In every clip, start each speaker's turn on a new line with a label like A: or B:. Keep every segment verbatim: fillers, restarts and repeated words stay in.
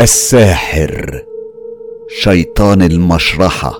A: الساحر، شيطان المشرحة.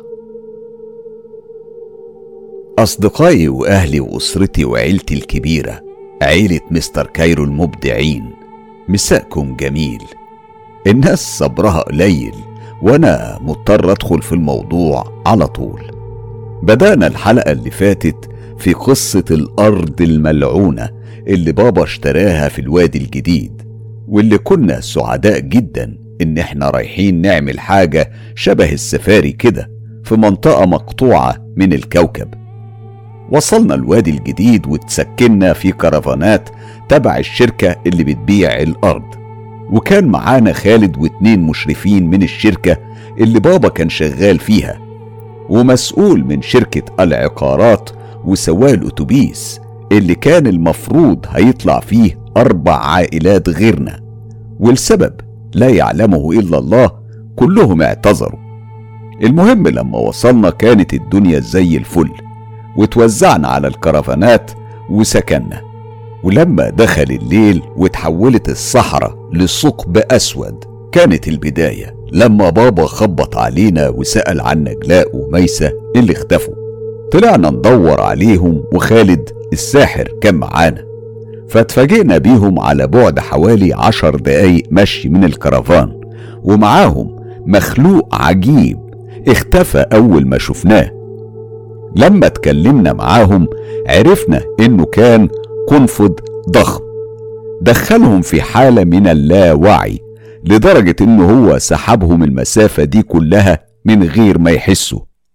A: أصدقائي وأهلي وأسرتي وعيلتي الكبيرة، عيلة مستر كايرو المبدعين، مساءكم جميل. الناس صبرها قليل وأنا مضطر أدخل في الموضوع على طول. بدأنا الحلقة اللي فاتت في قصة الأرض الملعونة اللي بابا اشتراها في الوادي الجديد، واللي كنا سعداء جدا إن احنا رايحين نعمل حاجة شبه السفاري كده في منطقة مقطوعة من الكوكب. وصلنا الوادي الجديد وتسكننا في كرفانات تبع الشركة اللي بتبيع الأرض، وكان معانا خالد واتنين مشرفين من الشركة اللي بابا كان شغال فيها، ومسؤول من شركة العقارات وسواق الأتوبيس اللي كان المفروض هيطلع فيه أربع عائلات غيرنا، والسبب لا يعلمه إلا الله، كلهم اعتذروا. المهم لما وصلنا كانت الدنيا زي الفل، وتوزعنا على الكرفانات وسكننا. ولما دخل الليل وتحولت الصحراء لثقب أسود، كانت البداية لما بابا خبط علينا وسأل عن نجلاء وميسة اللي اختفوا. طلعنا ندور عليهم، وخالد الساحر كان معانا، فاتفاجئنا بيهم على بعد حوالي عشر دقايق مشي من الكرفان، ومعاهم مخلوق عجيب اختفى أول ما شفناه. لما اتكلمنا معاهم عرفنا انه كان قنفذ ضخم دخلهم في حالة من اللاوعي، لدرجة انه هو سحبهم المسافة دي كلها من غير ما يحسوا.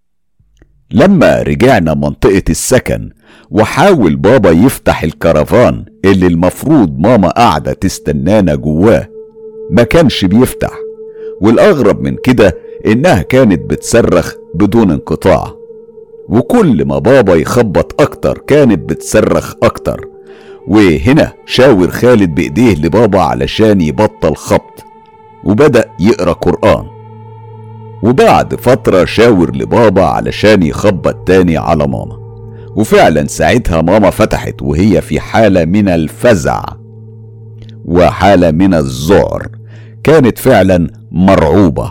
A: لما رجعنا منطقة السكن وحاول بابا يفتح الكرفان اللي المفروض ماما قاعدة تستنانا جواه، ما كانش بيفتح، والأغرب من كده إنها كانت بتصرخ بدون انقطاع، وكل ما بابا يخبط أكتر كانت بتصرخ أكتر. وهنا شاور خالد بإيديه لبابا علشان يبطل خبط، وبدأ يقرأ قرآن. وبعد فترة شاور لبابا علشان يخبط تاني على ماما، وفعلا ساعتها ماما فتحت وهي في حالة من الفزع وحالة من الذعر، كانت فعلا مرعوبة.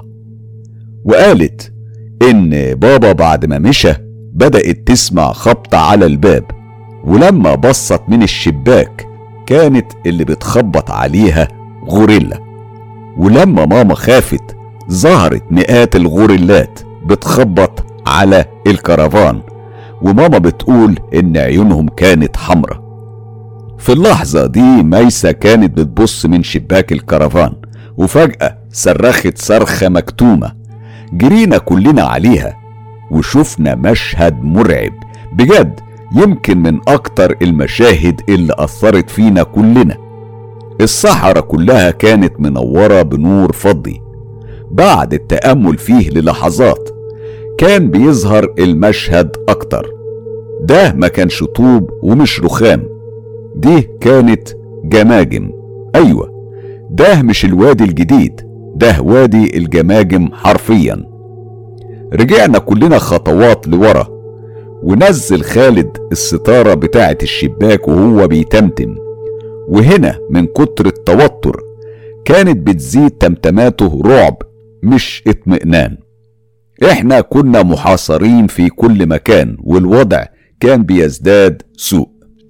A: وقالت ان بابا بعد ما مشى بدأت تسمع خبط على الباب، ولما بصت من الشباك كانت اللي بتخبط عليها غوريلا. ولما ماما خافت ظهرت مئات الغوريلات بتخبط على الكرفان، وماما بتقول ان عيونهم كانت حمرة. في اللحظة دي ميسة كانت بتبص من شباك الكرفان، وفجأة صرخت صرخة مكتومة. جرينا كلنا عليها وشفنا مشهد مرعب بجد، يمكن من اكتر المشاهد اللي اثرت فينا كلنا. الصحراء كلها كانت منورة بنور فضي. بعد التأمل فيه للحظات كان بيظهر المشهد اكتر. ده ما كانش طوب ومش رخام، دي كانت جماجم. ايوه، ده مش الوادي الجديد، ده وادي الجماجم حرفيا. رجعنا كلنا خطوات لورا، ونزل خالد الستارة بتاعة الشباك وهو بيتمتم. وهنا من كتر التوتر كانت بتزيد تمتماته رعب مش اطمئنان. احنا كنا محاصرين في كل مكان، والوضع كان بيزداد سوء.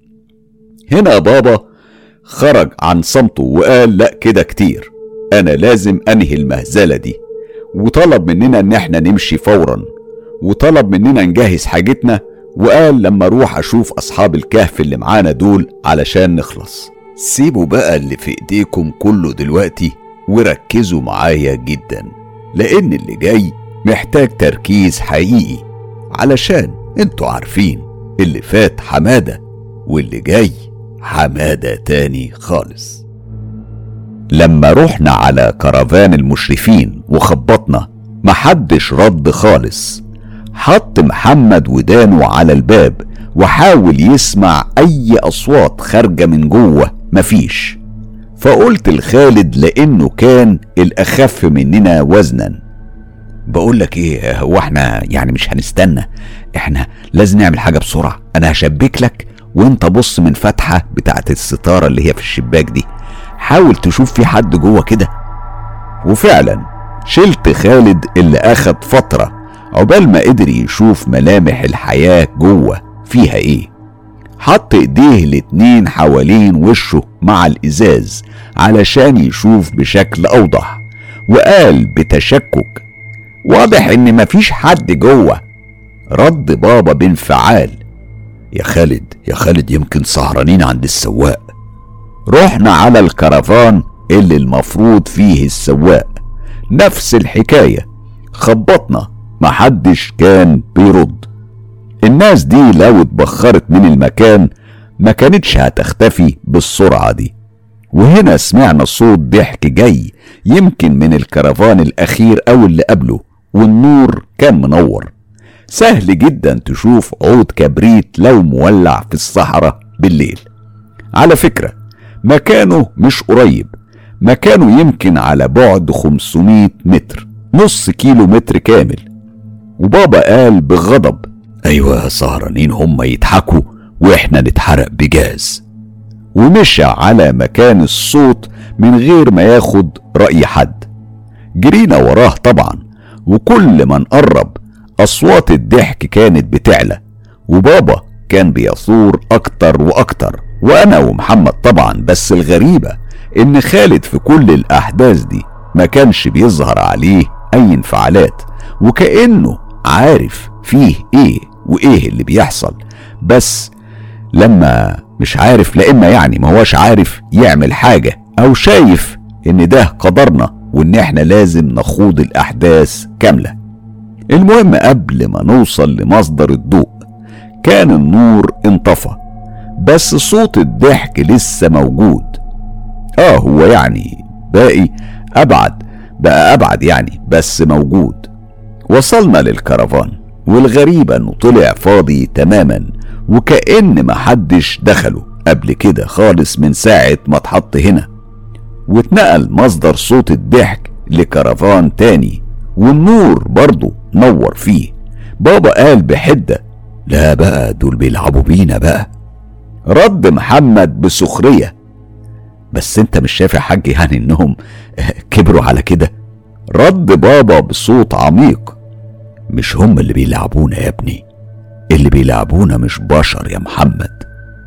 A: هنا بابا خرج عن صمته وقال لا كده كتير، انا لازم انهي المهزلة دي، وطلب مننا ان احنا نمشي فورا، وطلب مننا نجهز حاجتنا، وقال لما اروح اشوف اصحاب الكهف اللي معانا دول علشان نخلص. سيبوا بقى اللي في ايديكم كله دلوقتي وركزوا معايا جدا، لان اللي جاي محتاج تركيز حقيقي، علشان انتوا عارفين اللي فات حمادة واللي جاي حمادة تاني خالص. لما رحنا على كرفان المشرفين وخبطنا محدش رد خالص. حط محمد ودانه على الباب وحاول يسمع اي اصوات خارجة من جوه، مفيش. فقلت لخالد لانه كان الاخف مننا وزنا، بقولك ايه، هو احنا يعني مش هنستنى، احنا لازم نعمل حاجة بسرعة. انا هشبك لك وانت بص من فتحة بتاعت الستارة اللي هي في الشباك دي، حاول تشوف في حد جوه كده. وفعلا شلت خالد اللي اخد فترة عقبال ما قدر يشوف ملامح الحياة جوه فيها ايه. حط ايديه الاتنين حوالين وشه مع الازاز علشان يشوف بشكل اوضح، وقال بتشكك: واضح ان مفيش حد جوه. رد بابا بانفعال: يا خالد يا خالد يمكن سهرانين عند السواق. رحنا على الكرفان اللي المفروض فيه السواق، نفس الحكاية، خبطنا محدش كان بيرد. الناس دي لو اتبخرت من المكان ما كانتش هتختفي بالسرعة دي. وهنا سمعنا صوت ضحك جاي يمكن من الكرفان الأخير أو اللي قبله، والنور كان منور. سهل جدا تشوف عود كبريت لو مولع في الصحراء بالليل. على فكرة مكانه مش قريب، مكانه يمكن على بعد خمسمائة متر، نص كيلو متر كامل. وبابا قال بغضب: ايوه سهرانين هم يضحكوا واحنا نتحرق بجاز. ومشى على مكان الصوت من غير ما ياخد رأي حد. جرينا وراه طبعا، وكل ما نقرب اصوات الضحك كانت بتعلى، وبابا كان بيثور اكتر واكتر، وانا ومحمد طبعا. بس الغريبة ان خالد في كل الاحداث دي ما كانش بيظهر عليه اي انفعالات، وكأنه عارف فيه ايه وايه اللي بيحصل. بس لما مش عارف، لا اما يعني ما هوش عارف يعمل حاجة، او شايف ان ده قدرنا وان احنا لازم نخوض الاحداث كاملة. المهم قبل ما نوصل لمصدر الضوء كان النور انطفى، بس صوت الضحك لسه موجود. اه هو يعني باقي ابعد، بقى ابعد يعني، بس موجود. وصلنا للكرفان، والغريبة انه طلع فاضي تماما، وكأن محدش دخله قبل كده خالص من ساعة ما اتحط هنا. واتنقل مصدر صوت الضحك لكرفان تاني، والنور برضو نور فيه. بابا قال بحدة: لا بقى دول بيلعبوا بينا بقى. رد محمد بسخرية: بس انت مش شايف يا حاج يعني انهم كبروا على كده؟ رد بابا بصوت عميق: مش هم اللي بيلعبونا يا ابني، اللي بيلعبونا مش بشر يا محمد.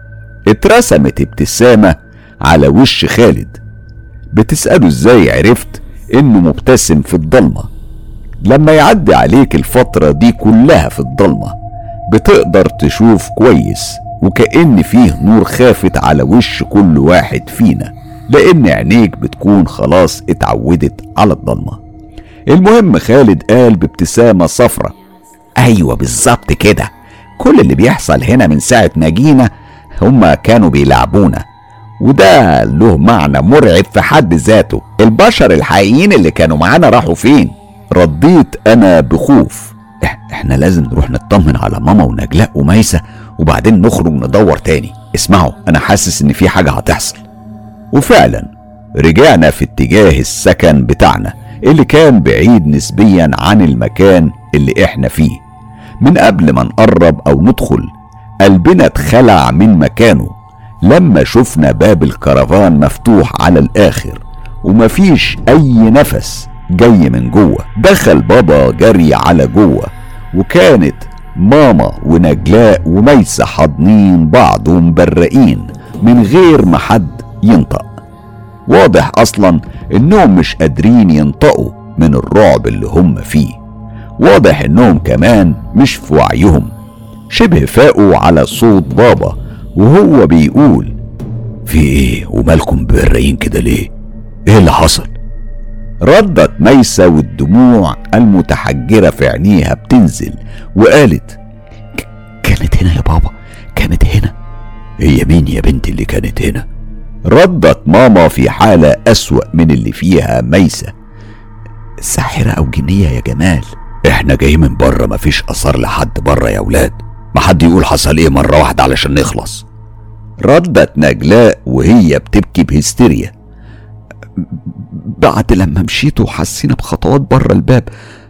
A: اترسمت ابتسامة على وش خالد. بتسأله ازاي عرفت انه مبتسم في الضلمة؟ لما يعدي عليك الفترة دي كلها في الضلمة بتقدر تشوف كويس، وكأن فيه نور خافت على وش كل واحد فينا، لان عينيك بتكون خلاص اتعودت على الضلمة. المهم خالد قال بابتسامة صفرة: ايوه بالظبط كده، كل اللي بيحصل هنا من ساعة ما جينا هما كانوا بيلعبونا، وده له معنى مرعب في حد ذاته. البشر الحقيقيين اللي كانوا معانا راحوا فين؟ رديت انا بخوف: احنا لازم نروح نطمن على ماما ونجلاء وميسة وبعدين نخرج ندور تاني. اسمعوا، انا حاسس ان في حاجة هتحصل. وفعلا رجعنا في اتجاه السكن بتاعنا اللي كان بعيد نسبيا عن المكان اللي احنا فيه. من قبل ما نقرب او ندخل قلبنا اتخلع من مكانه لما شفنا باب الكرفان مفتوح على الاخر ومفيش اي نفس جاي من جوه. دخل بابا جري على جوه، وكانت ماما ونجلاء وميسة حاضنين بعض ومبرقين من غير ما حد ينطق. واضح اصلا انهم مش قادرين ينطقوا من الرعب اللي هم فيه. واضح انهم كمان مش في وعيهم، شبه فاقوا على صوت بابا وهو بيقول: في ايه ومالكم برقين كده ليه؟ ايه اللي حصل؟ ردت ميسة والدموع المتحجرة في عينيها بتنزل وقالت: كانت هنا يا بابا، كانت هنا. هي مين يا بنتي اللي كانت هنا؟ ردت ماما في حالة أسوأ من اللي فيها ميسة: ساحرة أو جنية يا جمال. احنا جاي من بره، مفيش أثر لحد بره يا ولاد، ما حد يقول حصل ايه مرة واحدة علشان نخلص. ردت نجلاء وهي بتبكي بهستيريا: بعد لما مشيت وحسينا بخطوات بره الباب،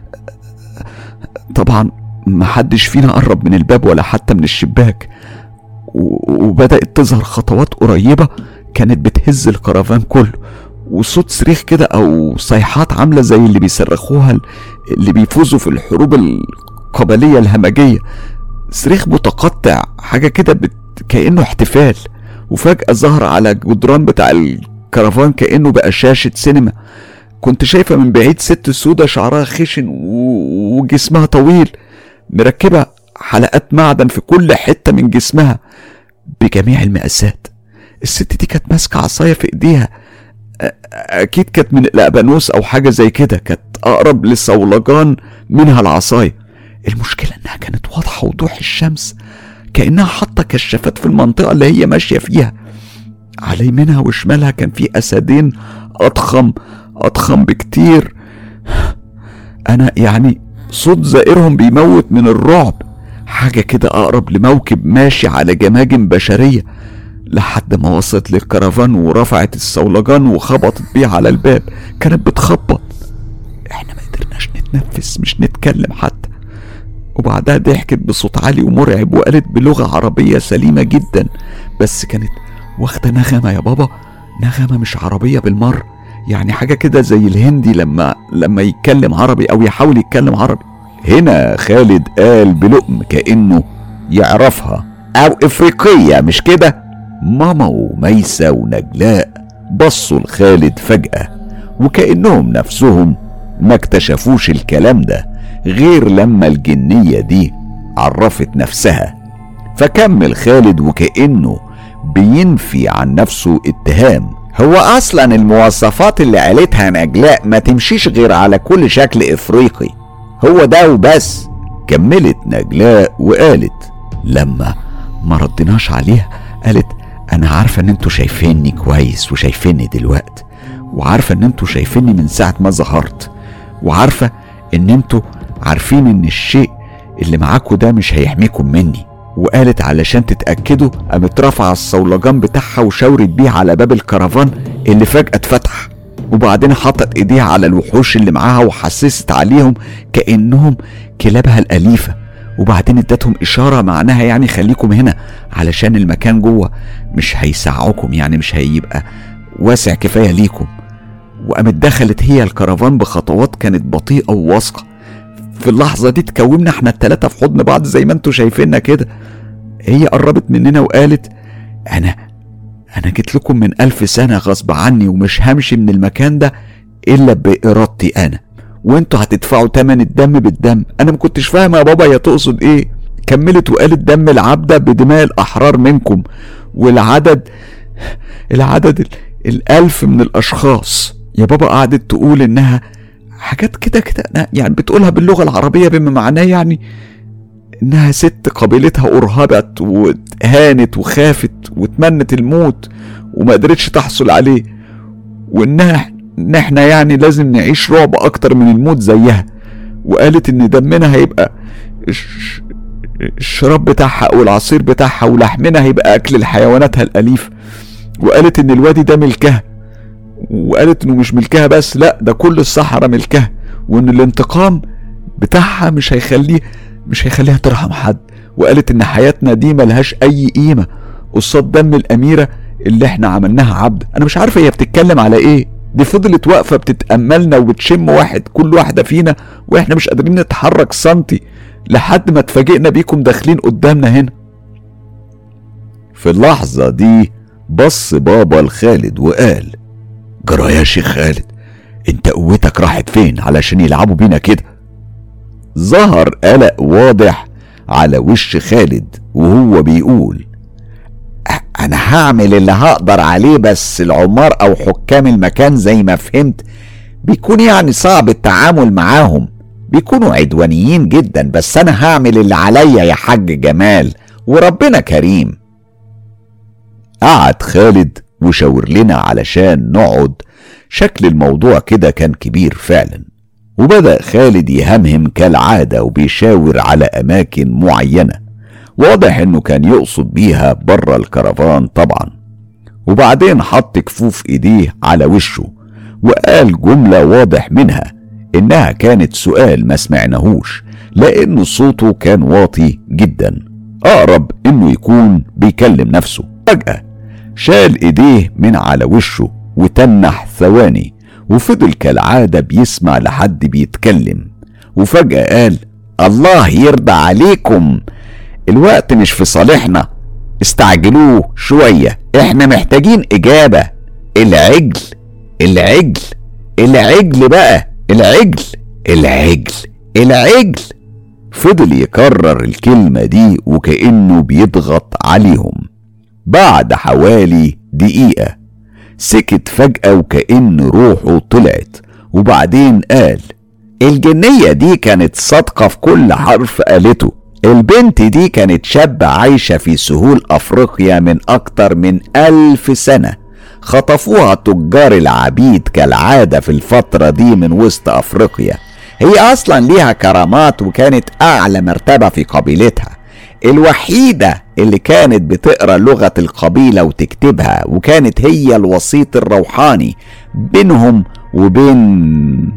A: طبعا ما حدش فينا قرب من الباب ولا حتى من الشباك، وبدأت تظهر خطوات قريبة كانت بتهز الكرفان كله، وصوت صريخ كده او صيحات عاملة زي اللي بيصرخوها اللي بيفوزوا في الحروب القبلية الهمجية، صريخ متقطع حاجة كده بت... كأنه احتفال. وفجأة ظهر على الجدران بتاع الكرفان كأنه بقى شاشة سينما. كنت شايفة من بعيد ست سودة شعرها خشن و... وجسمها طويل، مركبة حلقات معدن في كل حتة من جسمها بجميع المقاسات. الست دي كانت ماسكة عصاية في ايديها، اكيد كانت من الأبانوس او حاجة زي كده، كانت اقرب للصولجان منها العصاية. المشكلة انها كانت واضحة وضوح الشمس، كأنها حاطة كشافات في المنطقة اللي هي ماشية فيها. على يمينها وشمالها كان في اسدين اضخم اضخم بكتير. انا يعني صوت زائرهم بيموت من الرعب، حاجة كده اقرب لموكب ماشي على جماجم بشرية، لحد ما وصلت للكرفان ورفعت الصولجان وخبطت بيه على الباب. كانت بتخبط، احنا ما قدرناش نتنفس، مش نتكلم حتى. وبعدها ضحكت بصوت عالي ومرعب وقالت بلغة عربية سليمة جدا، بس كانت واخدة نغمة يا بابا، نغمة مش عربية بالمر، يعني حاجة كده زي الهندي لما لما يتكلم عربي او يحاول يتكلم عربي. هنا خالد قال بلقم كأنه يعرفها، او افريقية مش كده؟ ماما وميسة ونجلاء بصوا لخالد فجأة وكأنهم نفسهم ما اكتشفوش الكلام ده غير لما الجنية دي عرفت نفسها. فكمل خالد وكأنه بينفي عن نفسه اتهام، هو اصلا المواصفات اللي قالتها نجلاء ما تمشيش غير على كل شكل افريقي، هو ده وبس. كملت نجلاء وقالت لما ما ردناش عليها، قالت انا عارفة ان انتوا شايفيني كويس وشايفيني دلوقت، وعارفة ان انتوا شايفيني من ساعة ما ظهرت، وعارفة ان انتوا عارفين ان الشيء اللي معاكوا ده مش هيحميكم مني. وقالت علشان تتأكدوا قامت رافعة الصولجان بتاعها وشاورت بيه على باب الكرفان اللي فجأة اتفتح، وبعدين حطت ايديها على الوحوش اللي معاها وحسست عليهم كأنهم كلابها الأليفة، وبعدين ادتهم اشارة معناها يعني خليكم هنا علشان المكان جوه مش هيسعكم، يعني مش هيبقى واسع كفاية ليكم. وقامت دخلت هي الكرفان بخطوات كانت بطيئة وواثقة. في اللحظة دي تكومنا احنا التلاتة في حضن بعض زي ما انتوا شايفيننا كده. هي قربت مننا وقالت انا انا جيت لكم من الف سنة غصب عني، ومش همشي من المكان ده الا بارادتي انا، وانتوا هتدفعوا تمن الدم بالدم. انا ما كنتش فاهمه يا بابا هي تقصد ايه. كملت وقالت دم العبده بدماء الاحرار منكم، والعدد العدد ال... الالف من الاشخاص. يا بابا قعدت تقول انها حاجات كده كده يعني بتقولها باللغه العربيه بما معناه يعني انها ست قبيلتها ارهبت وهانت وخافت وتمنت الموت وما قدرتش تحصل عليه، وانها ان احنا يعني لازم نعيش رعب اكتر من الموت زيها. وقالت ان دمنا هيبقى الشراب بتاعها او العصير بتاعها، ولحمنا هيبقى اكل الحيواناتها الاليفة. وقالت ان الوادي ده ملكها، وقالت انه مش ملكها بس، لا ده كل الصحراء ملكها، وان الانتقام بتاعها مش هيخليه مش هيخليها ترحم حد. وقالت ان حياتنا دي ملهاش اي قيمة قصاد دم الاميرة اللي احنا عملناها عبد. انا مش عارفة هي بتتكلم على ايه. دي فضلت واقفة بتتأملنا وبتشم واحد كل واحدة فينا واحنا مش قادرين نتحرك سنتي، لحد ما اتفاجئنا بيكم داخلين قدامنا هنا. في اللحظة دي بص بابا لخالد وقال جرى يا شيخ خالد، انت قوتك راحت فين علشان يلعبوا بينا كده؟ ظهر قلق واضح على وش خالد وهو بيقول انا هعمل اللي هقدر عليه، بس العمار او حكام المكان زي ما فهمت بيكون يعني صعب التعامل معاهم، بيكونوا عدوانيين جدا، بس انا هعمل اللي عليا يا حاج جمال وربنا كريم. قعد خالد وشاور لنا علشان نقعد. شكل الموضوع كده كان كبير فعلا، وبدأ خالد يهمهم كالعادة وبيشاور على اماكن معينة، واضح انه كان يقصد بيها بره الكرفان طبعا. وبعدين حط كفوف ايديه على وشه وقال جملة واضح منها انها كانت سؤال ما سمعناهوش، لان صوته كان واطي جدا، اقرب انه يكون بيكلم نفسه. فجأة شال ايديه من على وشه وتنح ثواني وفضل كالعادة بيسمع لحد بيتكلم، وفجأة قال: الله يرضى عليكم، الوقت مش في صالحنا، استعجلوه شوية، احنا محتاجين إجابة. العجل العجل العجل بقى العجل العجل العجل. فضل يكرر الكلمة دي وكأنه بيضغط عليهم. بعد حوالي دقيقة سكت فجأة وكأن روحه طلعت، وبعدين قال: الجنية دي كانت صادقة في كل حرف قالته. البنت دي كانت شابة عايشة في سهول أفريقيا من أكتر من ألف سنة، خطفوها تجار العبيد كالعادة في الفترة دي من وسط أفريقيا. هي أصلا ليها كرامات وكانت أعلى مرتبة في قبيلتها، الوحيدة اللي كانت بتقرأ لغة القبيلة وتكتبها، وكانت هي الوسيط الروحاني بينهم وبين.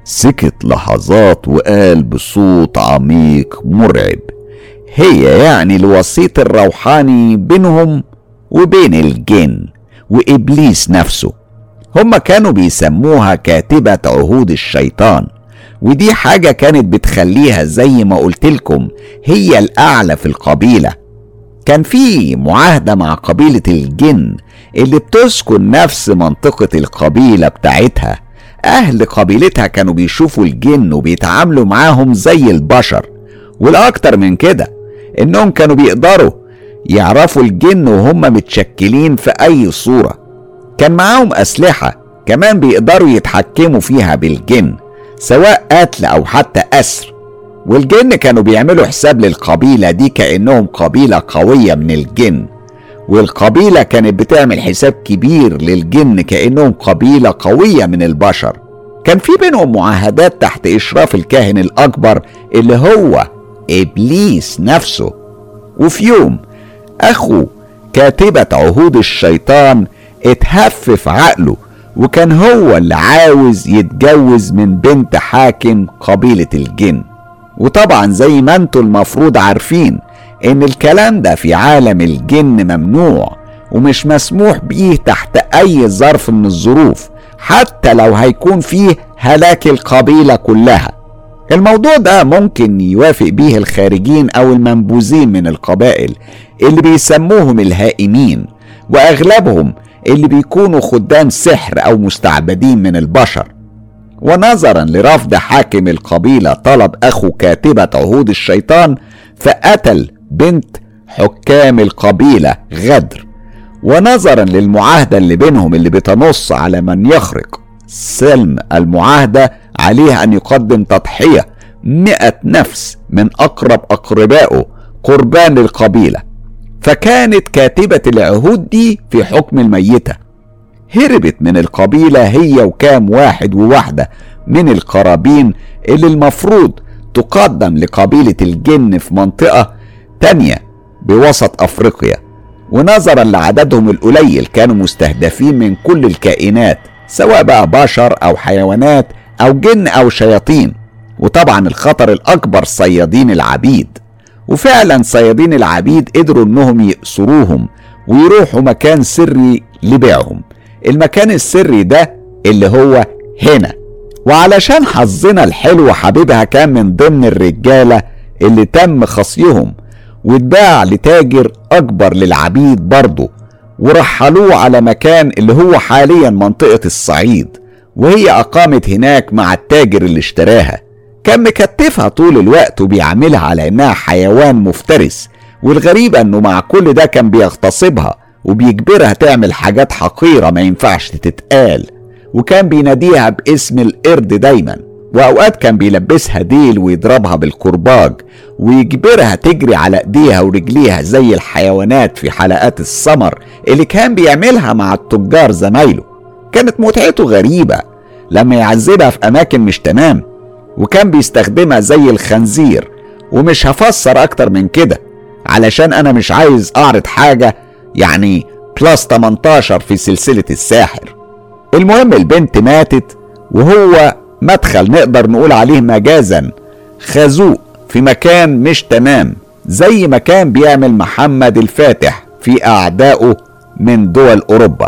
A: سكت لحظات وقال بصوت عميق مرعب: هي يعني الوسيط الروحاني بينهم وبين الجن وإبليس نفسه. هما كانوا بيسموها كاتبة عهود الشيطان، ودي حاجة كانت بتخليها زي ما قلتلكم هي الأعلى في القبيلة. كان في معاهدة مع قبيلة الجن اللي بتسكن نفس منطقة القبيلة بتاعتها. أهل قبيلتها كانوا بيشوفوا الجن وبيتعاملوا معاهم زي البشر، والأكتر من كده إنهم كانوا بيقدروا يعرفوا الجن وهم متشكلين في أي صورة. كان معاهم أسلحة كمان بيقدروا يتحكموا فيها بالجن، سواء قتل أو حتى أسر. والجن كانوا بيعملوا حساب للقبيلة دي كأنهم قبيلة قوية من الجن، والقبيلة كانت بتعمل حساب كبير للجن كأنهم قبيلة قوية من البشر. كان في بينهم معاهدات تحت إشراف الكاهن الأكبر اللي هو إبليس نفسه. وفي يوم أخو كاتبة عهود الشيطان اتهفف عقله، وكان هو اللي عاوز يتجوز من بنت حاكم قبيلة الجن. وطبعا زي ما انتوا المفروض عارفين ان الكلام ده في عالم الجن ممنوع ومش مسموح بيه تحت اي ظرف من الظروف، حتى لو هيكون فيه هلاك القبيلة كلها. الموضوع ده ممكن يوافق بيه الخارجين او المنبوذين من القبائل اللي بيسموهم الهائمين، واغلبهم اللي بيكونوا خدام سحر او مستعبدين من البشر. ونظرا لرفض حاكم القبيلة طلب اخو كاتبة عهود الشيطان، فقتل بنت حكام القبيلة غدر. ونظرا للمعاهدة اللي بينهم اللي بتنص على من يخرق سلم المعاهدة عليه ان يقدم تضحية مئة نفس من اقرب اقربائه قربان للقبيلة، فكانت كاتبة العهود دي في حكم الميتة. هربت من القبيلة هي وكام واحد وواحدة من القرابين اللي المفروض تقدم لقبيلة الجن في منطقة تانية بوسط أفريقيا. ونظرا لعددهم القليل كانوا مستهدفين من كل الكائنات، سواء بقى بشر أو حيوانات أو جن أو شياطين. وطبعا الخطر الأكبر صيادين العبيد. وفعلا صيادين العبيد قدروا انهم يأسروهم ويروحوا مكان سري لبيعهم. المكان السري ده اللي هو هنا. وعلشان حظنا الحلو حبيبها كان من ضمن الرجالة اللي تم خصيهم واتباع لتاجر اكبر للعبيد برضه، ورحلوه على مكان اللي هو حاليا منطقة الصعيد، وهي اقامت هناك مع التاجر اللي اشتراها. كان مكتفها طول الوقت وبيعاملها على انها حيوان مفترس، والغريب انه مع كل ده كان بيغتصبها وبيجبرها تعمل حاجات حقيرة ما ينفعش تتقال، وكان بيناديها باسم القرد دايما، واوقات كان بيلبسها ديل ويضربها بالكرباج ويجبرها تجري على ايديها ورجليها زي الحيوانات في حلقات السمر اللي كان بيعملها مع التجار زمايله. كانت متعته غريبة لما يعذبها في اماكن مش تمام، وكان بيستخدمها زي الخنزير. ومش هفسر اكتر من كده علشان انا مش عايز اعرض حاجة يعني بلس تمنتاشر في سلسلة الساحر. المهم البنت ماتت، وهو مدخل نقدر نقول عليه مجازا خازوق في مكان مش تمام، زي ما كان بيعمل محمد الفاتح في اعدائه من دول اوروبا.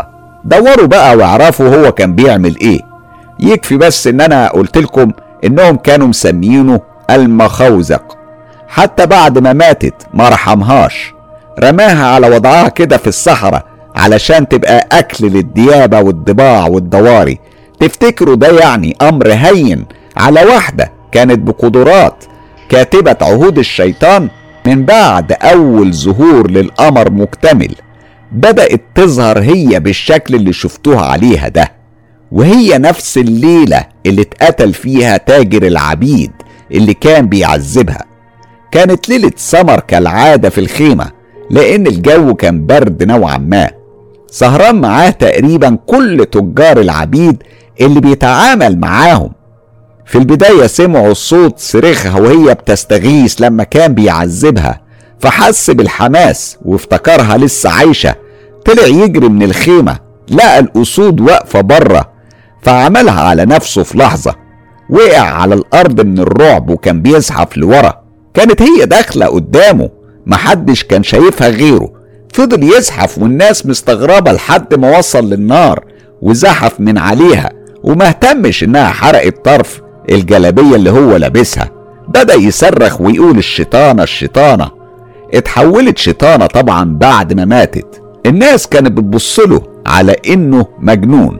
A: دوروا بقى واعرفوا هو كان بيعمل ايه. يكفي بس ان انا قلت لكم انهم كانوا مسميينه المخوزق. حتى بعد ما ماتت ما رحمهاش، رماها على وضعها كده في الصحراء علشان تبقى اكل للديابة والضباع والضواري. تفتكروا ده يعني امر هين على واحدة كانت بقدرات كاتبة عهود الشيطان؟ من بعد اول ظهور للقمر مكتمل بدأت تظهر هي بالشكل اللي شفتوها عليها ده، وهي نفس الليلة اللي اتقتل فيها تاجر العبيد اللي كان بيعذبها. كانت ليلة سمر كالعادة في الخيمة، لأن الجو كان برد نوعا ما. سهران معاه تقريبا كل تجار العبيد اللي بيتعامل معاهم. في البداية سمعوا الصوت صريخها وهي بتستغيث لما كان بيعذبها، فحس بالحماس وافتكرها لسه عايشة. طلع يجري من الخيمة، لقى الأسود واقفة بره، فعملها على نفسه في لحظة. وقع على الأرض من الرعب وكان بيزحف لورا. كانت هي داخلة قدامه، محدش كان شايفها غيره. فضل يزحف والناس مستغربة لحد ما وصل للنار وزحف من عليها، وما اهتمش انها حرقت طرف الجلابية اللي هو لابسها. بدأ يصرخ ويقول الشيطانة الشيطانة. اتحولت شيطانة طبعا بعد ما ماتت. الناس كانت بتبصله على انه مجنون.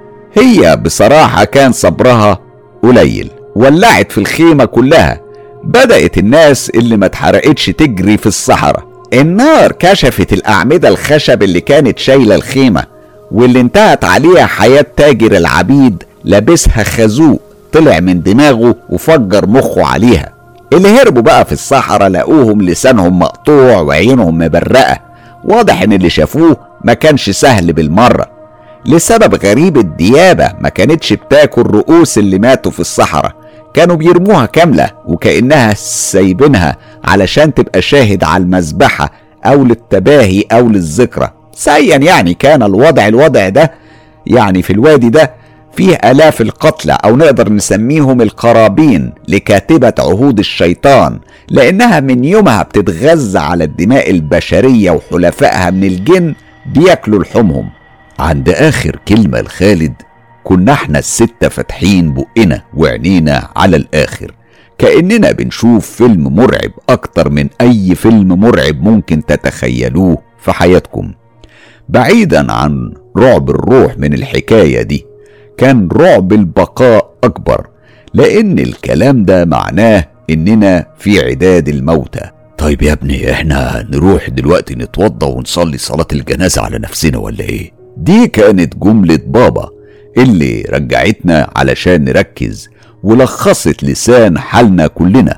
A: هي بصراحة كان صبرها قليل، ولعت في الخيمة كلها. بدأت الناس اللي ما اتحرقتش تجري في الصحراء. النار كشفت الأعمدة الخشب اللي كانت شايلة الخيمة، واللي انتهت عليها حياة تاجر العبيد لابسها خازوق طلع من دماغه وفجر مخه عليها. اللي هربوا بقى في الصحراء لقوهم لسانهم مقطوع وعينهم مبرقة. واضح ان اللي شافوه ما كانش سهل بالمرة. لسبب غريب الديابة ما كانتش بتاكل رؤوس اللي ماتوا في الصحراء، كانوا بيرموها كاملة وكأنها سايبينها علشان تبقى شاهد على المذبحة او للتباهي او للذكرى. سيا يعني كان الوضع الوضع ده يعني في الوادي ده فيه آلاف القتلى، أو نقدر نسميهم القرابين لكاتبة عهود الشيطان، لأنها من يومها بتتغذى على الدماء البشرية، وحلفائها من الجن بياكلوا لحومهم. عند آخر كلمة لخالد كنا احنا الستة فاتحين بقنا وعينينا على الآخر، كأننا بنشوف فيلم مرعب أكتر من أي فيلم مرعب ممكن تتخيلوه في حياتكم. بعيدا عن رعب الروح من الحكاية دي، كان رعب البقاء أكبر، لأن الكلام ده معناه إننا في عداد الموتى. طيب يا ابني، احنا نروح دلوقتي نتوضى ونصلي صلاة الجنازة على نفسنا ولا ايه؟ دي كانت جملة بابا اللي رجعتنا علشان نركز ولخصت لسان حالنا كلنا.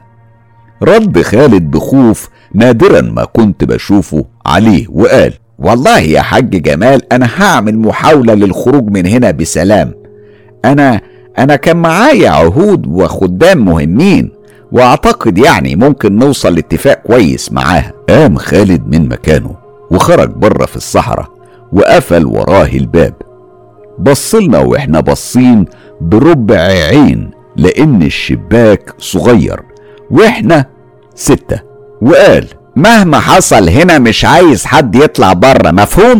A: رد خالد بخوف نادرا ما كنت بشوفه عليه وقال: والله يا حاج جمال انا هعمل محاولة للخروج من هنا بسلام. انا انا كان معايا عهود وخدام مهمين، واعتقد يعني ممكن نوصل لاتفاق كويس معاها. قام خالد من مكانه وخرج بره في الصحراء وقفل وراه الباب. بصلنا واحنا باصين بربع عين، لان الشباك صغير واحنا ستة، وقال: مهما حصل هنا مش عايز حد يطلع بره، مفهوم؟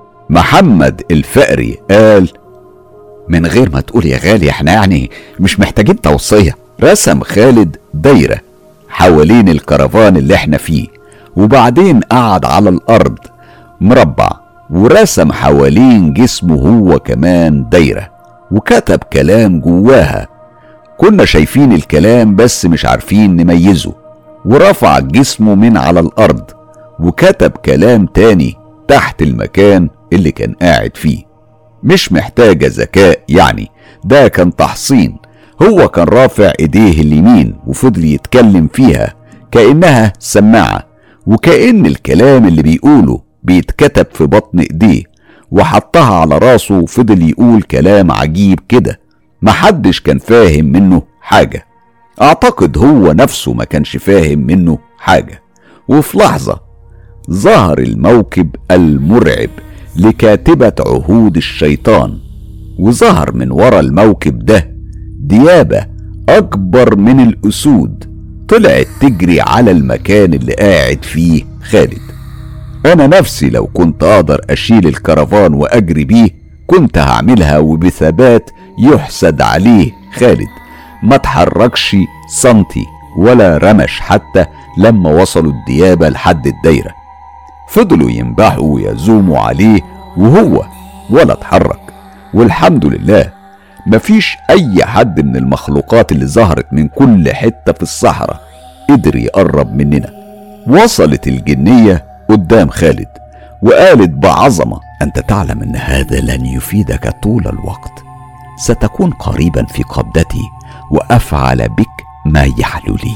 A: محمد الفقري قال: من غير ما تقول يا غالي، احنا يعني مش محتاجين توصية. رسم خالد دايرة حوالين الكرفان اللي احنا فيه، وبعدين قعد على الارض مربع ورسم حوالين جسمه هو كمان دايرة، وكتب كلام جواها. كنا شايفين الكلام بس مش عارفين نميزه. ورفع جسمه من على الارض وكتب كلام تاني تحت المكان اللي كان قاعد فيه. مش محتاجة ذكاء يعني، ده كان تحصين. هو كان رافع ايديه اليمين وفضل يتكلم فيها كأنها سماعة، وكأن الكلام اللي بيقوله بيتكتب في بطن ايديه، وحطها على راسه وفضل يقول كلام عجيب كده محدش كان فاهم منه حاجة. اعتقد هو نفسه ما كانش فاهم منه حاجة. وفي لحظة ظهر الموكب المرعب لكاتبة عهود الشيطان، وظهر من ورا الموكب ده ديابة أكبر من الأسود، طلعت تجري على المكان اللي قاعد فيه خالد. أنا نفسي لو كنت أقدر أشيل الكرفان وأجري بيه كنت هعملها وبثبات يحسد عليه خالد. ما تحركش سنتي ولا رمش حتى لما وصلوا الديابة لحد الدايرة. فضلوا ينبحوا ويزوموا عليه وهو ولا اتحرك. والحمد لله مفيش اي حد من المخلوقات اللي ظهرت من كل حتة في الصحراء قدر يقرب مننا. وصلت الجنية قدام خالد وقالت بعظمة: أنت تعلم أن هذا لن يفيدك طول الوقت، ستكون قريبا في قبضتي وأفعل بك ما يحلو لي.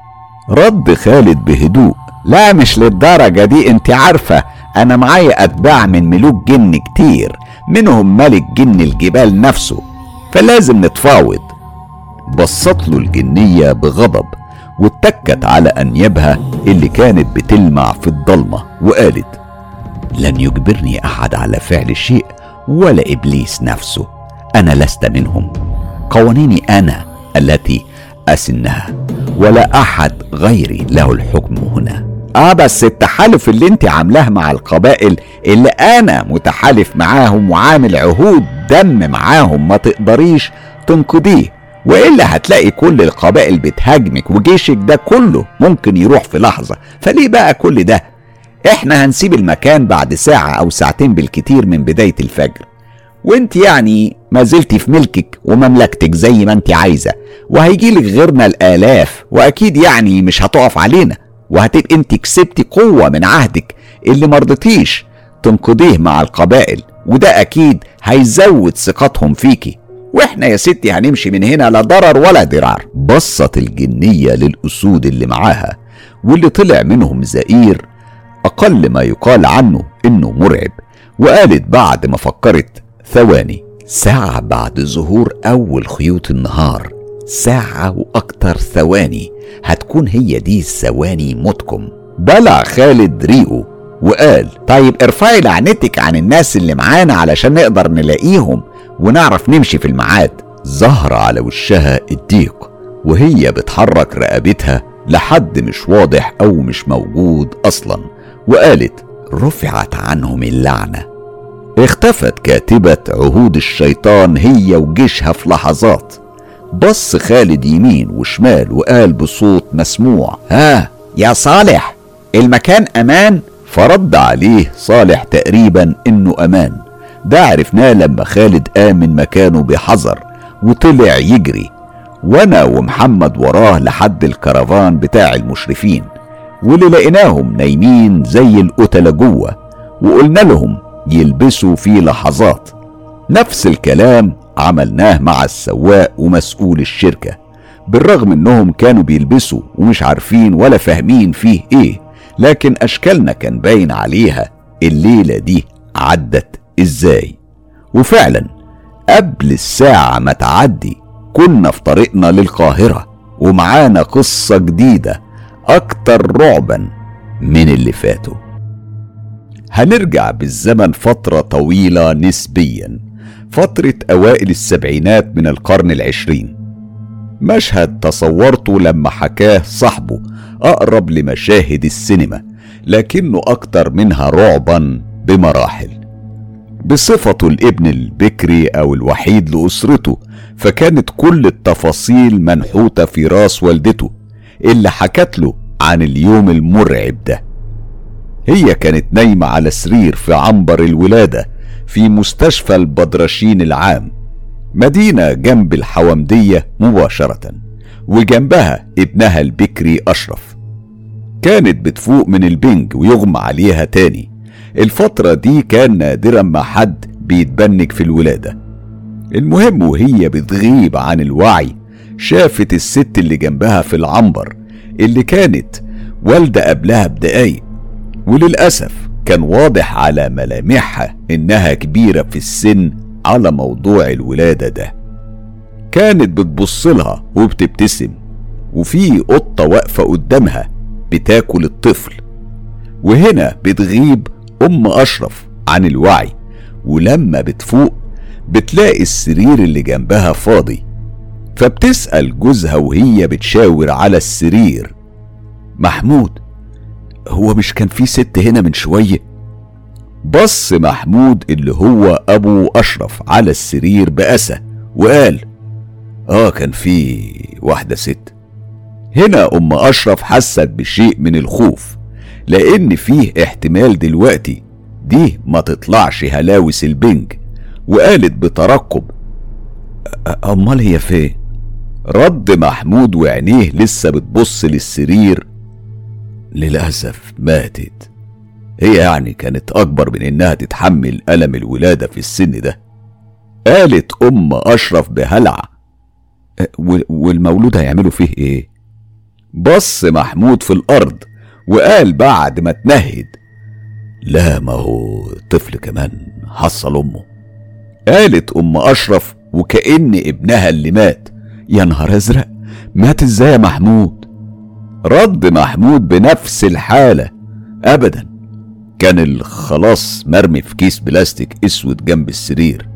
A: رد خالد بهدوء: لا مش للدرجة دي، انت عارفة أنا معايا أتباع من ملوك جن كتير، منهم ملك جن الجبال نفسه، فلازم نتفاوض. بصت له الجنية بغضب واتكت على أنيابها اللي كانت بتلمع في الضلمة وقالت: لن يجبرني أحد على فعل شيء ولا إبليس نفسه، أنا لست منهم، قوانيني أنا التي أسنها ولا أحد غيري له الحكم هنا. آه بس التحالف اللي انت عاملاه مع القبائل اللي أنا متحالف معاهم وعامل عهود دم معاهم ما تقدريش تنقضيه، وإلا هتلاقي كل القبائل بتهاجمك وجيشك ده كله ممكن يروح في لحظة. فليه بقى كل ده؟ احنا هنسيب المكان بعد ساعة أو ساعتين بالكتير من بداية الفجر، وانت يعني ما زلتي في ملكك ومملكتك زي ما انت عايزة، وهيجيلك غيرنا الآلاف، وأكيد يعني مش هتقف علينا، وهتبقى انت كسبتي قوة من عهدك اللي مرضتيش تنقضيه مع القبائل، وده أكيد هيزود ثقتهم فيكي، واحنا يا ستي هنمشي من هنا لا ضرر ولا ضرار. بصت الجنية للأسود اللي معاها واللي طلع منهم زئير أقل ما يقال عنه إنه مرعب، وقالت بعد ما فكرت ثواني: ساعة بعد ظهور أول خيوط النهار، ساعة وأكتر ثواني هتكون هي دي ثواني موتكم. بلع خالد ريقه وقال: طيب ارفعي لعنتك عن الناس اللي معانا علشان نقدر نلاقيهم ونعرف نمشي في الميعاد. ظهر على وشها الضيق وهي بتحرك رقبتها لحد مش واضح أو مش موجود أصلا، وقالت: رفعت عنهم اللعنة. اختفت كاتبة عهود الشيطان هي وجيشها في لحظات. بص خالد يمين وشمال وقال بصوت مسموع: ها يا صالح، المكان أمان؟ فرد عليه صالح تقريبا إنه أمان. ده عرفناه لما خالد قام من مكانه بحذر وطلع يجري، وانا ومحمد وراه لحد الكرفان بتاع المشرفين، واللي لقيناهم نايمين زي القتلة جوه، وقلنا لهم يلبسوا في لحظات. نفس الكلام عملناه مع السواق ومسؤول الشركة، بالرغم انهم كانوا بيلبسوا ومش عارفين ولا فاهمين فيه ايه، لكن اشكالنا كان باين عليها الليلة دي عدت ازاي. وفعلا قبل الساعة ما تعدي كنا في طريقنا للقاهرة، ومعانا قصة جديدة اكتر رعبا من اللي فاتوا. هنرجع بالزمن فترة طويلة نسبيا، فترة اوائل السبعينات من القرن العشرين. مشهد تصورته لما حكاه صاحبه اقرب لمشاهد السينما، لكنه اكتر منها رعبا بمراحل. بصفته الابن البكري او الوحيد لاسرته، فكانت كل التفاصيل منحوتة في راس والدته اللي حكت له عن اليوم المرعب ده. هي كانت نايمة على سرير في عنبر الولادة في مستشفى البدرشين العام، مدينة جنب الحومدية مباشرة، وجنبها ابنها البكري أشرف. كانت بتفوق من البنج ويغمى عليها تاني. الفترة دي كان نادرا ما حد بيتبنج في الولادة. المهم وهي بتغيب عن الوعي شافت الست اللي جنبها في العنبر اللي كانت والدة قبلها بدقايق، وللأسف كان واضح على ملامحها إنها كبيرة في السن على موضوع الولادة ده. كانت بتبصلها وبتبتسم، وفي قطة واقفة قدامها بتاكل الطفل. وهنا بتغيب أم أشرف عن الوعي، ولما بتفوق بتلاقي السرير اللي جنبها فاضي، فبتسأل جوزها وهي بتشاور على السرير: محمود، هو مش كان في ست هنا من شوية؟ بص محمود اللي هو ابو اشرف على السرير بأسى وقال: اه كان في واحدة ست. هنا ام اشرف حست بشيء من الخوف، لان فيه احتمال دلوقتي دي ما تطلعش هلاوس البنج، وقالت بترقب: امال هي فين؟ رد محمود وعينيه لسه بتبص للسرير: للأسف ماتت. هي يعني كانت اكبر من انها تتحمل ألم الولادة في السن ده. قالت ام اشرف بهلع: والمولود هيعملوا فيه ايه؟ بص محمود في الارض وقال بعد ما اتنهد: لا ما هو طفل كمان حصل امه. قالت ام اشرف وكأن ابنها اللي مات: يا نهار ازرق، مات ازاي يا محمود؟ رد محمود بنفس الحالة: ابدا، كان الخلاص مرمي في كيس بلاستيك اسود جنب السرير.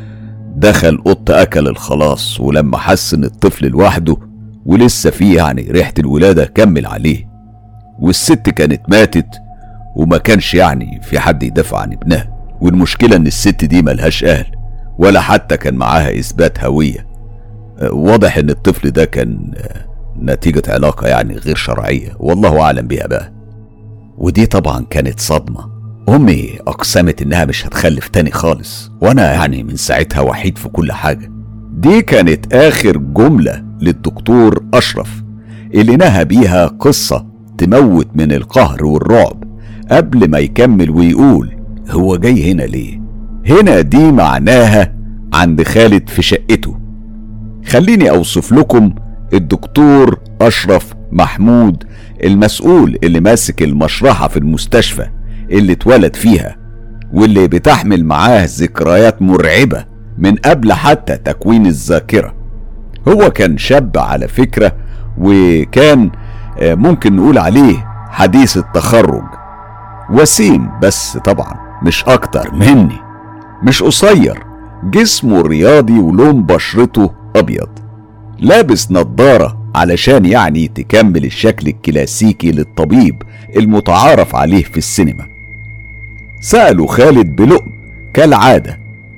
A: دخل قط اكل الخلاص، ولما حس ان الطفل لوحده ولسه فيه يعني ريحة الولادة كمل عليه. والست كانت ماتت وما كانش يعني في حد يدافع عن ابنها. والمشكلة ان الست دي ملهاش اهل ولا حتى كان معاها اثبات هوية. واضح ان الطفل ده كان نتيجة علاقة يعني غير شرعية، والله اعلم بيها بقى. ودي طبعا كانت صدمة. امي اقسمت انها مش هتخلف تاني خالص، وانا يعني من ساعتها وحيد في كل حاجة. دي كانت اخر جملة للدكتور اشرف اللي نهى بيها قصة تموت من القهر والرعب، قبل ما يكمل ويقول: هو جاي هنا ليه؟ هنا دي معناها عند خالد في شقته. خليني اوصف لكم الدكتور اشرف محمود، المسؤول اللي ماسك المشرحة في المستشفى اللي اتولد فيها، واللي بتحمل معاه ذكريات مرعبة من قبل حتى تكوين الذاكرة. هو كان شاب على فكرة، وكان ممكن نقول عليه حديث التخرج، وسيم بس طبعا مش اكتر مني، مش قصير، جسمه رياضي ولون بشرته ابيض، لابس نظارة علشان يعني تكمل الشكل الكلاسيكي للطبيب المتعارف عليه في السينما. سأله خالد بلقم كالعادة: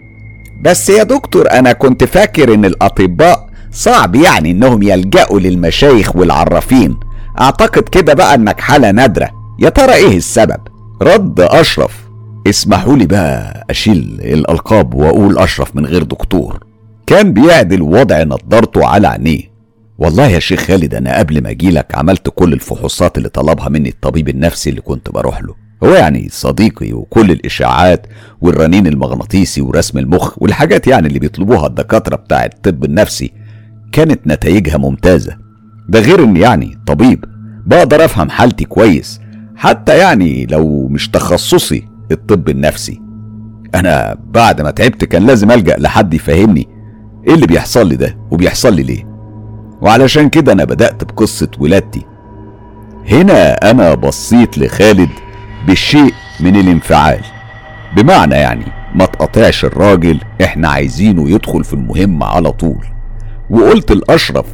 A: بس يا دكتور انا كنت فاكر ان الاطباء صعب يعني انهم يلجأوا للمشايخ والعرافين، اعتقد كده بقى انك حالة نادرة، يا ترى ايه السبب؟ رد اشرف: اسمحوا لي بقى اشيل الالقاب واقول اشرف من غير دكتور. كان بيعدل وضع نضارته على عينيه: والله يا شيخ خالد انا قبل ما اجيلك عملت كل الفحوصات اللي طلبها مني الطبيب النفسي اللي كنت بروح له، هو يعني صديقي، وكل الاشاعات والرنين المغناطيسي ورسم المخ والحاجات يعني اللي بيطلبوها الدكاترة بتاع الطب النفسي كانت نتائجها ممتازة. ده غير ان يعني طبيب بقدر افهم حالتي كويس، حتى يعني لو مش تخصصي الطب النفسي. انا بعد ما تعبت كان لازم ألجأ لحد يفهمني ايه اللي بيحصل لي ده وبيحصل لي ليه، وعلشان كده انا بدأت بقصة ولادتي. هنا انا بصيت لخالد بالشيء من الانفعال، بمعنى يعني ما تقطعش الراجل، احنا عايزينه يدخل في المهمة على طول. وقلت لأشرف: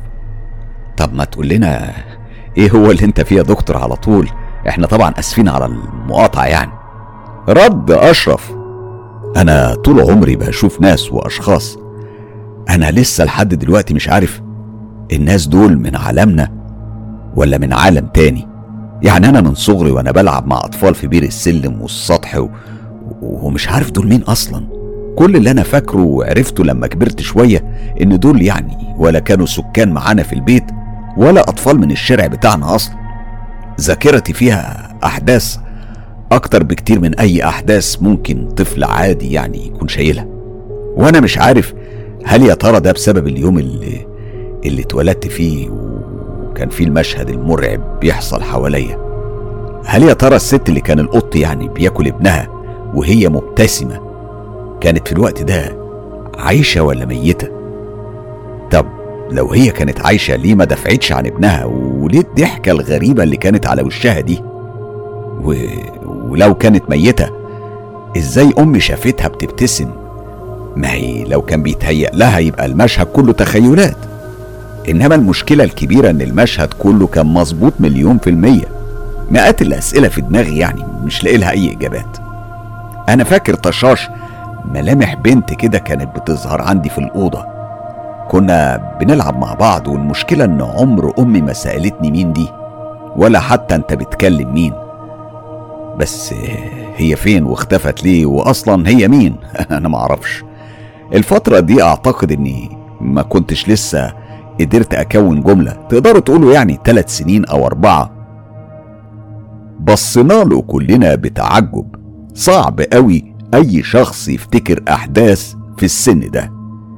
A: طب ما تقول لنا ايه هو اللي انت فيه يا دكتور على طول، احنا طبعا اسفين على المقاطعة يعني. رد اشرف: انا طول عمري بشوف ناس واشخاص، انا لسه لحد دلوقتي مش عارف الناس دول من عالمنا ولا من عالم تاني. يعني انا من صغري وانا بلعب مع اطفال في بير السلم والسطح و... ومش عارف دول مين اصلا. كل اللي انا فاكره وعرفته لما كبرت شوية ان دول يعني ولا كانوا سكان معانا في البيت ولا اطفال من الشارع بتاعنا اصلا. ذاكرتي فيها احداث اكتر بكتير من اي احداث ممكن طفل عادي يعني يكون شايلها، وانا مش عارف هل يا ترى ده بسبب اليوم اللي اللي اتولدت فيه وكان فيه المشهد المرعب بيحصل حواليا. هل يا ترى الست اللي كان القط يعني بياكل ابنها وهي مبتسمة كانت في الوقت ده عايشة ولا ميتة؟ طب لو هي كانت عايشة ليه ما دفعتش عن ابنها؟ وليه الضحكة الغريبة اللي كانت على وشها دي؟ و... ولو كانت ميتة ازاي امي شافتها بتبتسم؟ ما هي لو كان بيتهيأ لها يبقى المشهد كله تخيلات، انما المشكلة الكبيرة ان المشهد كله كان مظبوط مليون في المية. مئات الاسئلة في دماغي يعني مش لاقي لها اي اجابات. انا فاكر طشاش ملامح بنت كده كانت بتظهر عندي في الأوضة. كنا بنلعب مع بعض، والمشكلة ان عمر امي ما سألتني مين دي ولا حتى انت بتكلم مين. بس هي فين واختفت ليه، واصلا هي مين؟ انا معرفش. الفترة دي اعتقد اني ما كنتش لسه قدرت اكون جملة، تقدروا تقولوا يعني ثلاث سنين او اربعة. بصينا له كلنا بتعجب. صعب قوي اي شخص يفتكر احداث في السن ده.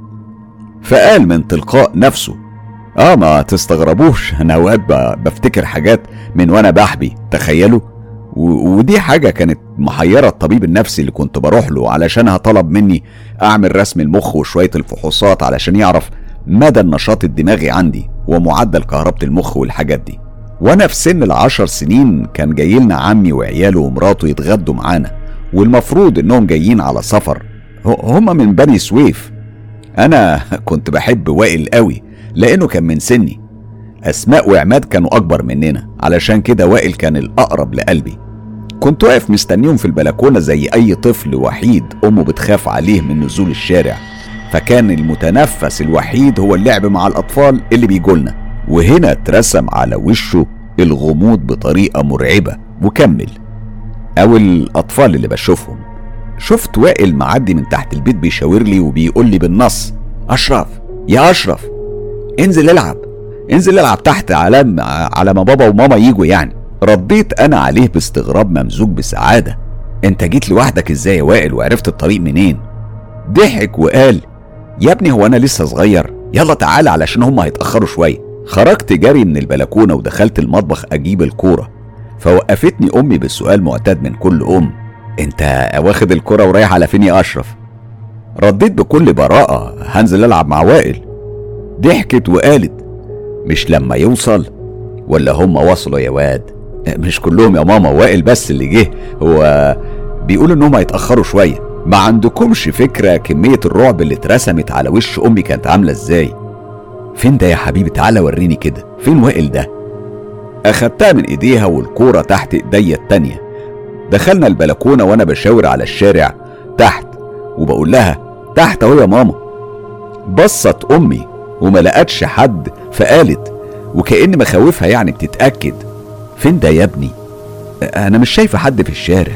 A: فقال من تلقاء نفسه: اه ما تستغربوش، انا اوقات بفتكر حاجات من وانا بحبي، تخيلوا. ودي حاجة كانت محيرة الطبيب النفسي اللي كنت بروح له علشانها. طلب مني اعمل رسم المخ وشوية الفحوصات علشان يعرف مدى النشاط الدماغي عندي ومعدل كهربة المخ والحاجات دي. وانا في سن العشر سنين كان جايلنا عمي وعياله ومراته يتغدوا معانا، والمفروض انهم جايين على سفر. هما من بني سويف. انا كنت بحب وائل قوي لانه كان من سني. اسماء وعماد كانوا اكبر مننا، علشان كده وائل كان الاقرب لقلبي. كنت واقف مستنيهم في البلكونة زي اي طفل وحيد امه بتخاف عليه من نزول الشارع، فكان المتنفس الوحيد هو اللعب مع الاطفال اللي بيجولنا. وهنا اترسم على وشه الغموض بطريقة مرعبة وكمل: او الاطفال اللي بشوفهم. شفت وائل معدي من تحت البيت بيشاور لي وبيقول لي بالنص: اشرف يا اشرف، انزل العب انزل العب تحت على على ما بابا وماما يجوا يعني. رديت انا عليه باستغراب ممزوج بسعادة: انت جيت لوحدك ازاي يا وائل، وعرفت الطريق منين؟ ضحك وقال: يا ابني هو انا لسه صغير، يلا تعالى علشان هم هيتأخروا شوية. خرجت جري من البلكونة ودخلت المطبخ اجيب الكورة، فوقفتني امي بالسؤال معتاد من كل ام: انت واخد الكرة ورايح على فين يا اشرف؟ رديت بكل براءة: هنزل العب مع وائل. ضحكت وقالت: مش لما يوصل ولا هم وصلوا يا واد؟ مش كلهم يا ماما، وائل بس اللي جه، هو بيقول انهم هيتأخروا شوية. ما عندكمش فكرة كمية الرعب اللي اترسمت على وش امي كانت عاملة ازاي. فين ده يا حبيبي؟ تعالى وريني كده، فين وائل ده؟ اخدتها من ايديها والكورة تحت ايديا التانية. دخلنا البلكونة وانا بشاور على الشارع تحت وبقول لها: تحت اهو يا ماما. بصت امي وما لقتش حد، فقالت وكأن مخاوفها يعني بتتأكد: فين ده يا ابني؟ انا مش شايفة حد في الشارع.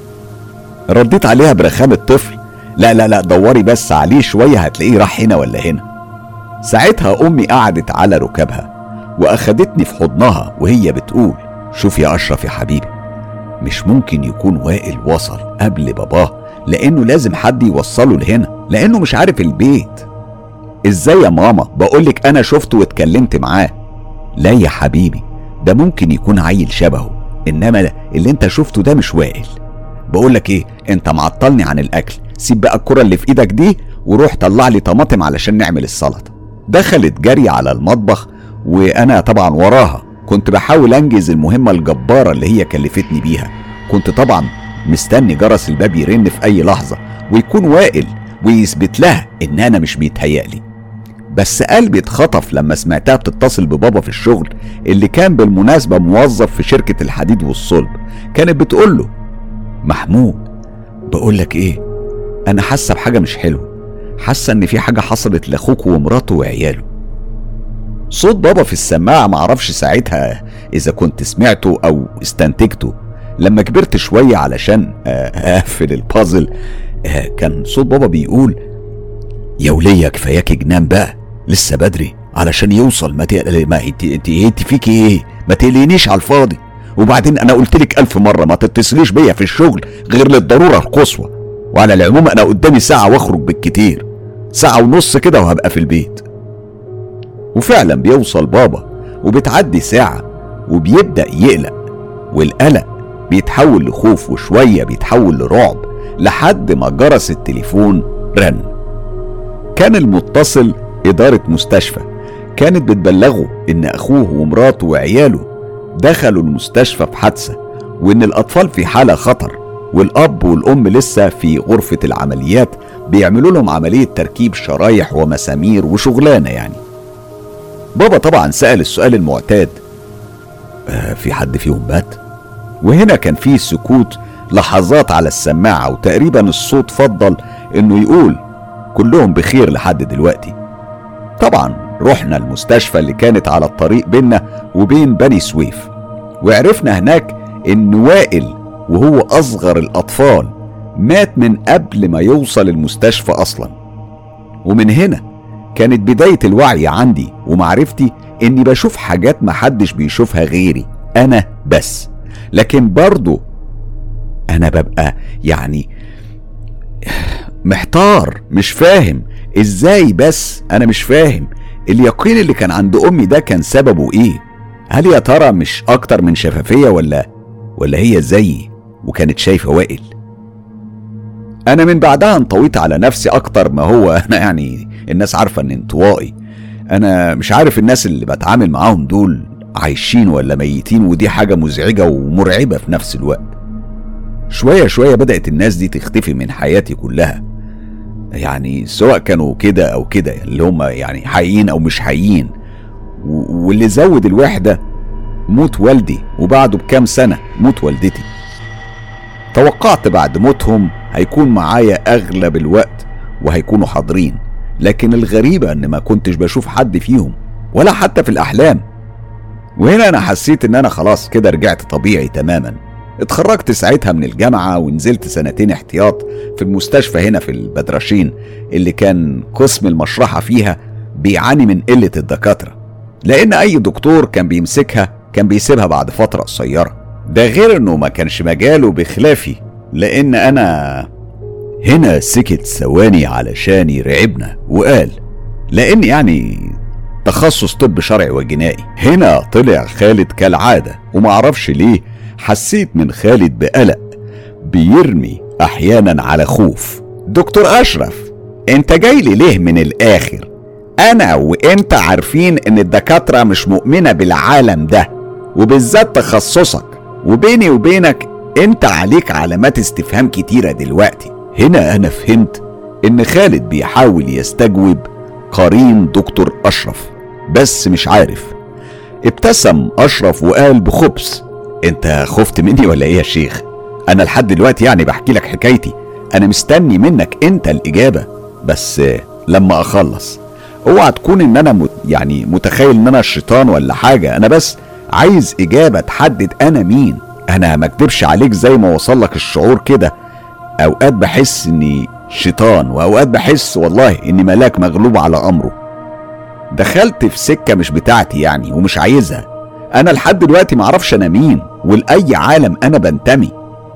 A: رديت عليها برخامة طفل: لا لا لا دوري بس عليه شوية هتلاقيه راح هنا ولا هنا. ساعتها امي قعدت على ركبها واخدتني في حضنها وهي بتقول: شوف يا اشرف يا حبيبي، مش ممكن يكون وائل وصل قبل باباه، لانه لازم حد يوصله لهنا، لانه مش عارف البيت. ازاي يا ماما؟ بقولك انا شفته واتكلمت معاه. لا يا حبيبي، ده ممكن يكون عيل شبهه، انما اللي انت شفته ده مش وائل. بقولك ايه، انت معطلني عن الاكل، سيب بقى الكرة اللي في ايدك دي وروح طلع لي طماطم علشان نعمل السلطة. دخلت جري على المطبخ وانا طبعا وراها. كنت بحاول انجز المهمة الجبارة اللي هي كلفتني بيها. كنت طبعا مستني جرس الباب يرن في اي لحظة ويكون وائل ويثبت لها ان انا مش بيتهيألي. بس قلبي اتخطف لما سمعتها بتتصل ببابا في الشغل، اللي كان بالمناسبة موظف في شركة الحديد والصلب. كانت بتقول له: محمود، بقولك ايه، انا حاسة بحاجة مش حلوة، حاسة ان في حاجة حصلت لاخوك ومراته وعياله. صوت بابا في السماعة معرفش ساعتها اذا كنت سمعته او استنتجته. لما كبرت شوية علشان اقفل البازل، كان صوت بابا بيقول: يا ولية كفاياك جنان بقى، لسه بدري علشان يوصل. ما تقلق، ما انت انت انت فيكي ايه؟ ما تقلقنيش على الفاضي. وبعدين انا قلت لك الف مرة ما تتصليش بيا في الشغل غير للضرورة القصوى. وعلى العموم انا قدامي ساعة واخرج بالكتير، ساعة ونص كده وهبقى في البيت. وفعلا بيوصل بابا وبتعدي ساعة وبيبدأ يقلق، والقلق بيتحول لخوف وشوية بيتحول لرعب، لحد ما جرس التليفون رن. كان المتصل إدارة مستشفى، كانت بتبلغه إن أخوه ومراته وعياله دخلوا المستشفى في حادثة، وإن الأطفال في حالة خطر، والأب والأم لسه في غرفة العمليات بيعملوا لهم عملية تركيب شرايح ومسامير وشغلانة يعني. بابا طبعا سأل السؤال المعتاد: آه في حد فيهم مات؟ وهنا كان فيه سكوت لحظات على السماعة، وتقريبا الصوت فضل انه يقول كلهم بخير لحد دلوقتي. طبعا رحنا المستشفى اللي كانت على الطريق بينا وبين بني سويف، وعرفنا هناك ان وائل وهو اصغر الاطفال مات من قبل ما يوصل المستشفى اصلا. ومن هنا كانت بداية الوعي عندي ومعرفتي اني بشوف حاجات محدش بيشوفها غيري انا بس. لكن برضو انا ببقى يعني محتار، مش فاهم ازاي، بس انا مش فاهم اليقين اللي كان عند امي ده كان سببه ايه. هل يا ترى مش اكتر من شفافية ولا ولا هي زيي وكانت شايفة وائل؟ انا من بعدها انطويت على نفسي اكتر ما هو انا يعني الناس عارفة ان انطوائي. انا مش عارف الناس اللي بتعامل معاهم دول عايشين ولا ميتين، ودي حاجة مزعجة ومرعبة في نفس الوقت. شوية شوية بدأت الناس دي تختفي من حياتي كلها، يعني سواء كانوا كده او كده، اللي هم يعني حقيقيين او مش حقيقيين. واللي زود الوحدة موت والدي، وبعده بكام سنة موت والدتي. توقعت بعد موتهم هيكون معايا اغلب الوقت وهيكونوا حاضرين، لكن الغريبة ان ما كنتش بشوف حد فيهم ولا حتى في الاحلام. وهنا انا حسيت ان انا خلاص كده رجعت طبيعي تماما. اتخرجت ساعتها من الجامعة ونزلت سنتين احتياط في المستشفى هنا في البدرشين، اللي كان قسم المشرحة فيها بيعاني من قلة الدكاترة، لان اي دكتور كان بيمسكها كان بيسيبها بعد فترة قصيرة. ده غير انه ما كانش مجاله بخلافي، لان انا هنا سكت ثواني علشان يرعبنا وقال لان يعني تخصص طب شرعي وجنائي. هنا طلع خالد كالعادة، ومعرفش ليه حسيت من خالد بقلق بيرمي احيانا على خوف. دكتور اشرف، انت جاي لي ليه من الاخر؟ انا وانت عارفين ان الدكاترة مش مؤمنة بالعالم ده وبالذات تخصصك، وبيني وبينك انت عليك علامات استفهام كتيرة دلوقتي. هنا انا فهمت ان خالد بيحاول يستجوب قرين دكتور اشرف، بس مش عارف. ابتسم اشرف وقال بخبث انت خفت مني ولا ايه يا شيخ؟ انا لحد دلوقتي يعني بحكي لك حكايتي، انا مستني منك انت الاجابة بس لما اخلص. اوعى تكون ان انا مت يعني متخيل ان انا الشيطان ولا حاجة، انا بس عايز اجابة تحدد انا مين. انا ما اكدبش عليك، زي ما وصل لك الشعور كده، اوقات بحس اني شيطان واوقات بحس والله اني ملاك مغلوب على امره. دخلت في سكة مش بتاعتي يعني ومش عايزها. انا لحد دلوقتي معرفش انا مين ولأي عالم انا بنتمي.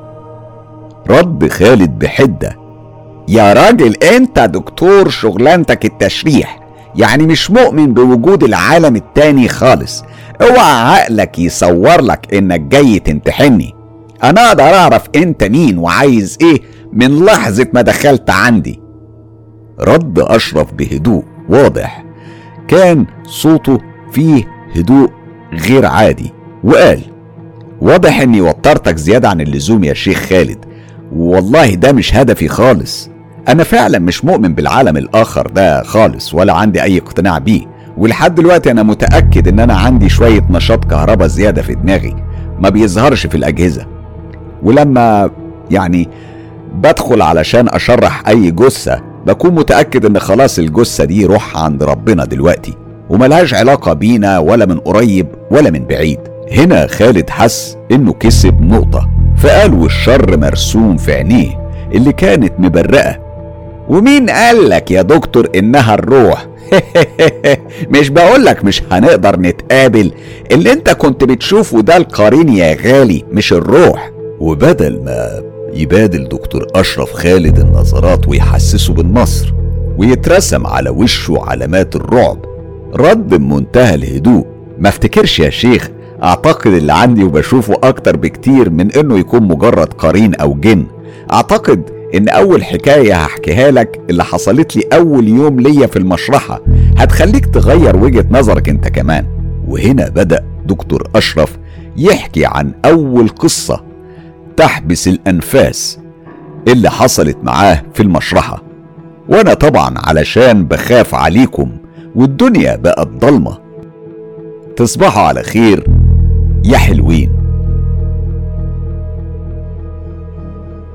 A: رد خالد بحدة يا راجل انت دكتور شغلانتك التشريح، يعني مش مؤمن بوجود العالم التاني خالص. اوعى عقلك يصور لك انك جاي تمتحني. انا اقدر اعرف انت مين وعايز ايه من لحظة ما دخلت عندي. رد اشرف بهدوء واضح، كان صوته فيه هدوء غير عادي، وقال واضح اني وترتك زيادة عن اللزوم يا شيخ خالد، والله ده مش هدفي خالص. انا فعلا مش مؤمن بالعالم الاخر ده خالص ولا عندي اي اقتناع بيه، ولحد دلوقتي انا متأكد ان انا عندي شوية نشاط كهرباء زيادة في دماغي ما بيظهرش في الاجهزة، ولما يعني بدخل علشان اشرح اي جثة بكون متأكد ان خلاص الجثة دي روح عند ربنا دلوقتي وملهاش علاقة بينا ولا من قريب ولا من بعيد. هنا خالد حس انه كسب نقطة، فقال والشر مرسوم في عينيه اللي كانت مبرقة ومين قالك يا دكتور انها الروح؟ مش بقولك مش هنقدر نتقابل، اللي انت كنت بتشوفه ده القرين يا غالي مش الروح. وبدل ما يبادل دكتور اشرف خالد النظرات ويحسسه بالنصر ويترسم على وشه علامات الرعب، رد بمنتهى الهدوء ما افتكرش يا شيخ، اعتقد اللي عندي وبشوفه اكتر بكتير من انه يكون مجرد قرين او جن. اعتقد ان اول حكاية هحكيها لك اللي حصلت لي اول يوم ليا في المشرحة هتخليك تغير وجهة نظرك انت كمان. وهنا بدأ دكتور اشرف يحكي عن اول قصة تحبس الانفاس اللي حصلت معاه في المشرحة، وانا طبعا علشان بخاف عليكم والدنيا بقت ضلمة. تصبحوا على خير يا حلوين.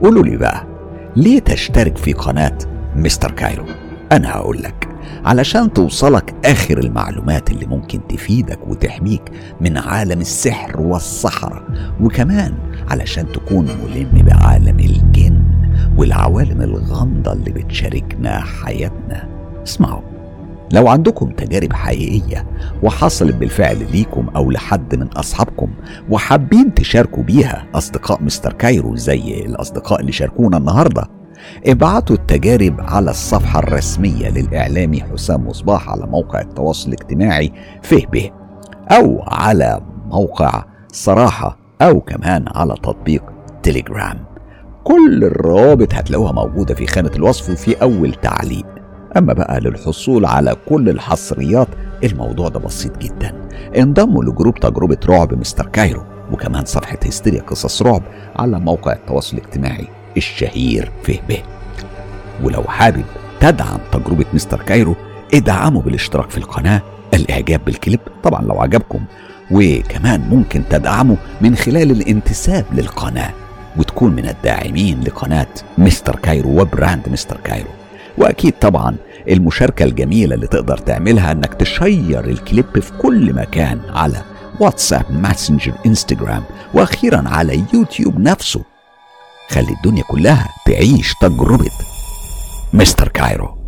A: قولوا لي بقى، ليه تشترك في قناة مستر كايرو؟ أنا هقول لك، علشان توصلك آخر المعلومات اللي ممكن تفيدك وتحميك من عالم السحر والسحرة، وكمان علشان تكون ملم بعالم الجن والعوالم الغامضة اللي بتشاركنا حياتنا. اسمعوا، لو عندكم تجارب حقيقية وحصلت بالفعل ليكم أو لحد من أصحابكم وحابين تشاركوا بيها أصدقاء مستر كايرو زي الأصدقاء اللي شاركونا النهاردة، ابعتوا التجارب على الصفحة الرسمية للإعلامي حسام مصباح على موقع التواصل الاجتماعي فهبه، أو على موقع صراحة، أو كمان على تطبيق تليجرام. كل الروابط هتلاقوها موجودة في خانة الوصف وفي أول تعليق. أما بقى للحصول على كل الحصريات، الموضوع ده بسيط جدا، انضموا لجروب تجربة رعب مستر كايرو، وكمان صفحة هستيريا قصص رعب على موقع التواصل الاجتماعي الشهير فهبه. ولو حابب تدعم تجربة مستر كايرو، ادعموا بالاشتراك في القناة، الاعجاب بالكليب طبعا لو عجبكم، وكمان ممكن تدعموا من خلال الانتساب للقناة وتكون من الداعمين لقناة مستر كايرو وبراند مستر كايرو. واكيد طبعا المشاركة الجميلة اللي تقدر تعملها انك تشير الكليب في كل مكان على واتساب، ماسنجر، انستجرام، واخيرا على يوتيوب نفسه. خلي الدنيا كلها تعيش تجربة مستر كايرو.